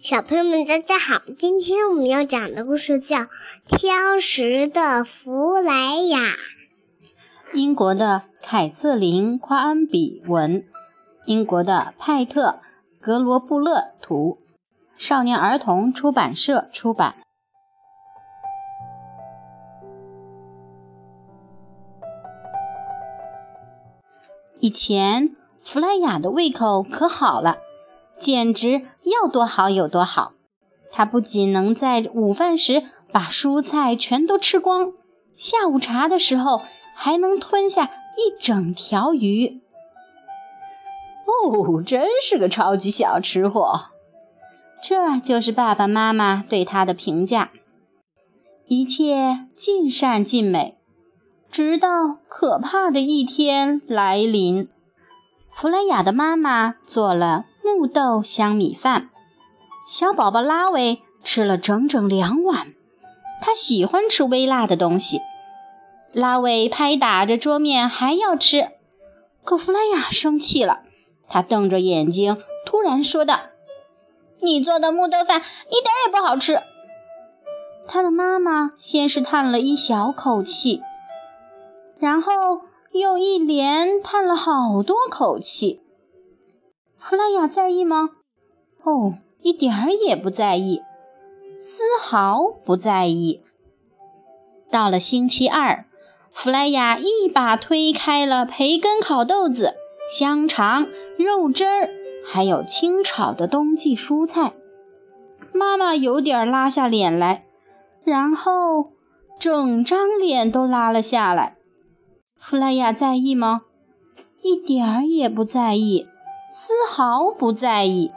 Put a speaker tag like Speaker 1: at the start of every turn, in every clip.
Speaker 1: 小朋友们大家好，今天我们要讲的故事叫《挑食的弗莱雅》。
Speaker 2: 英国的凯瑟琳·夸恩比文，英国的派特·格罗布勒图，少年儿童出版社出版。以前弗莱雅的胃口可好了，简直要多好有多好。她不仅能在午饭时把蔬菜全都吃光，下午茶的时候还能吞下一整条鱼。哦，真是个超级小吃货。这就是爸爸妈妈对她的评价。一切尽善尽美，直到可怕的一天来临。弗莱雅的妈妈做了木豆香米饭，小宝宝拉维吃了整整2碗。他喜欢吃微辣的东西。拉维拍打着桌面还要吃，可弗莱雅生气了，他瞪着眼睛突然说道：“你做的木豆饭一点也不好吃。”他的妈妈先是叹了一小口气，然后又一连叹了好多口气。弗莱雅在意吗？哦，一点儿也不在意，丝毫不在意。到了星期二，弗莱雅一把推开了培根烤豆子、香肠、肉汁儿，还有清炒的冬季蔬菜。妈妈有点拉下脸来，然后整张脸都拉了下来。弗莱雅在意吗？一点儿也不在意，丝毫不在意。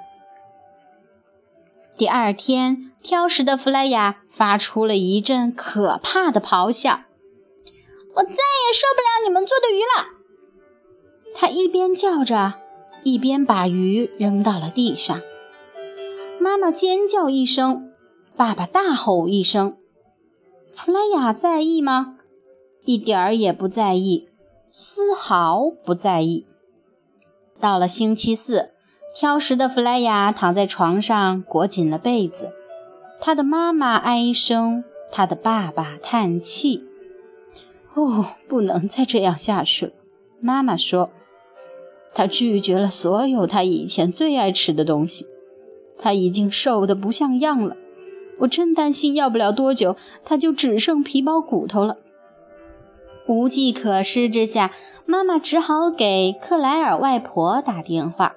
Speaker 2: 第二天，挑食的弗莱雅发出了一阵可怕的咆哮：“我再也受不了你们做的鱼了！”他一边叫着，一边把鱼扔到了地上。妈妈尖叫一声，爸爸大吼一声。弗莱雅在意吗？一点儿也不在意，丝毫不在意。到了星期四，挑食的弗莱雅躺在床上裹紧了被子，她的妈妈哀声，她的爸爸叹气。哦，不能再这样下去了，妈妈说。她拒绝了所有她以前最爱吃的东西，她已经瘦得不像样了。我真担心要不了多久，她就只剩皮包骨头了。无计可施之下，妈妈只好给克莱尔外婆打电话。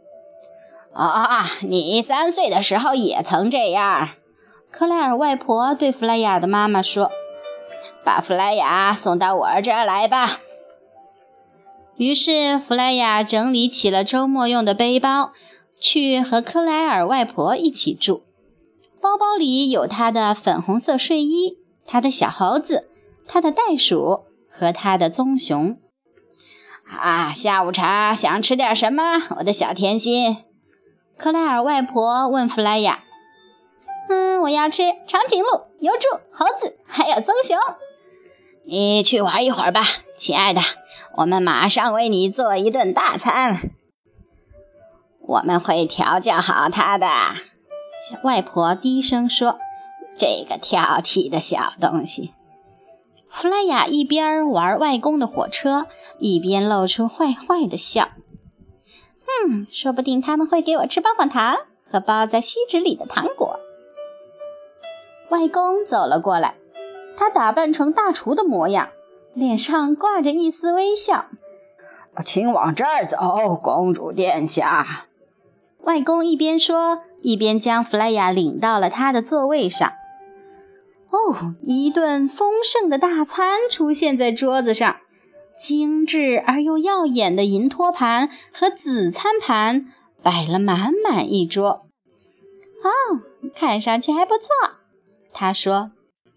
Speaker 2: 你3岁的时候也曾这样。克莱尔外婆对弗莱雅的妈妈说：“把弗莱雅送到我这儿来吧。”于是弗莱雅整理起了周末用的背包，去和克莱尔外婆一起住。包包里有她的粉红色睡衣，她的小猴子，她的袋鼠和她的棕熊。下午茶想吃点什么，我的小甜心？克莱尔外婆问弗莱雅。我要吃长颈鹿、疣猪、猴子，还有棕熊。你去玩一会儿吧，亲爱的，我们马上为你做一顿大餐。我们会调教好它的，外婆低声说，这个挑剔的小东西。弗莱雅一边玩外公的火车，一边露出坏坏的笑。说不定他们会给我吃棒棒糖和包在锡纸里的糖果。外公走了过来，他打扮成大厨的模样，脸上挂着一丝微笑。请往这儿走，公主殿下。外公一边说，一边将弗莱雅领到了他的座位上。一顿丰盛的大餐出现在桌子上，精致而又耀眼的银托盘和紫餐盘摆了满满一桌。看上去还不错，他说。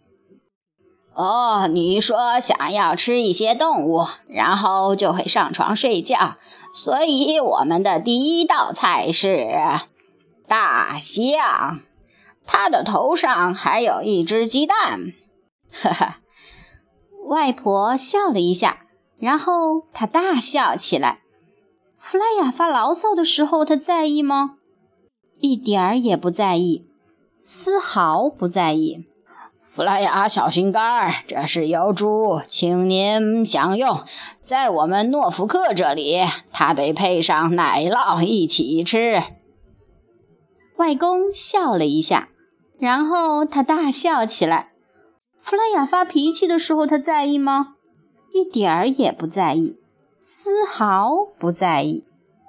Speaker 2: 你说想要吃一些动物，然后就会上床睡觉，所以我们的第一道菜是大象，它的头上还有一只鸡蛋。呵呵，外婆笑了一下，然后她大笑起来。弗莱雅发牢骚的时候，她在意吗？ 一点儿也不在意，丝毫不在意。弗莱雅小心肝，这是油猪，请您享用。在我们诺福克这里，它得配上奶酪一起吃。外公笑了一下，然后他大笑起来。弗莱雅发脾气的时候，他在意吗？一点儿也不在意，丝毫不在意。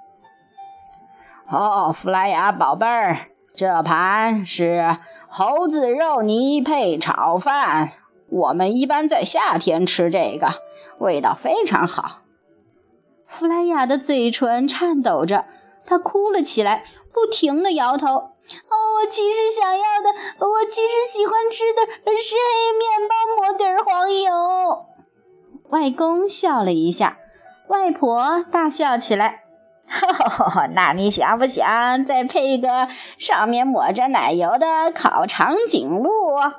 Speaker 2: 哦，弗莱雅宝贝儿，这盘是猴子肉泥配炒饭，我们一般在夏天吃这个，味道非常好。弗莱雅的嘴唇颤抖着，她哭了起来，不停地摇头。我其实想要的，我其实喜欢吃的是黑面包抹点黄油。外公笑了一下，外婆大笑起来。那你想不想再配个上面抹着奶油的烤长颈鹿？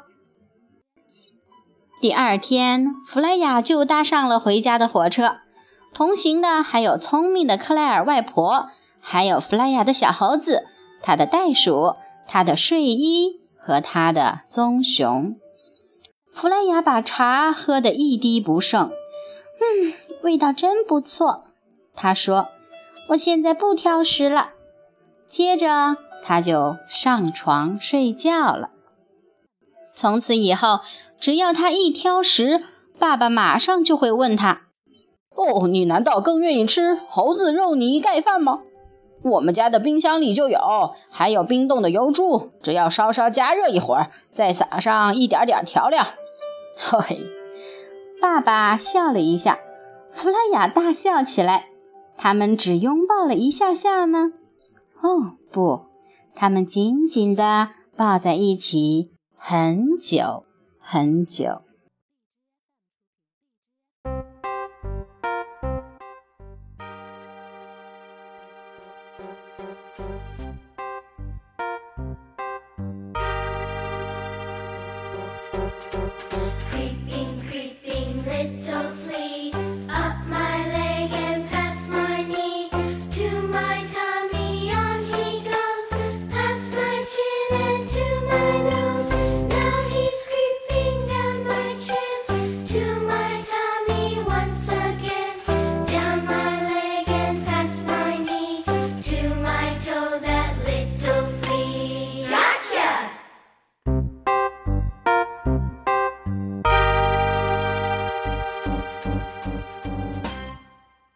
Speaker 2: 第二天，弗莱雅就搭上了回家的火车，同行的还有聪明的克莱尔外婆，还有弗莱雅的小猴子，她的袋鼠，她的睡衣和她的棕熊。弗莱雅把茶喝得一滴不剩。味道真不错，她说，我现在不挑食了。接着她就上床睡觉了。从此以后，只要她一挑食，爸爸马上就会问她，你难道更愿意吃猴子肉泥盖饭吗？我们家的冰箱里就有，还有冰冻的油猪，只要稍稍加热一会儿，再撒上一点点调料。嘿，爸爸笑了一下，弗莱雅大笑起来。他们只拥抱了一下下呢？不，他们紧紧地抱在一起很久很久。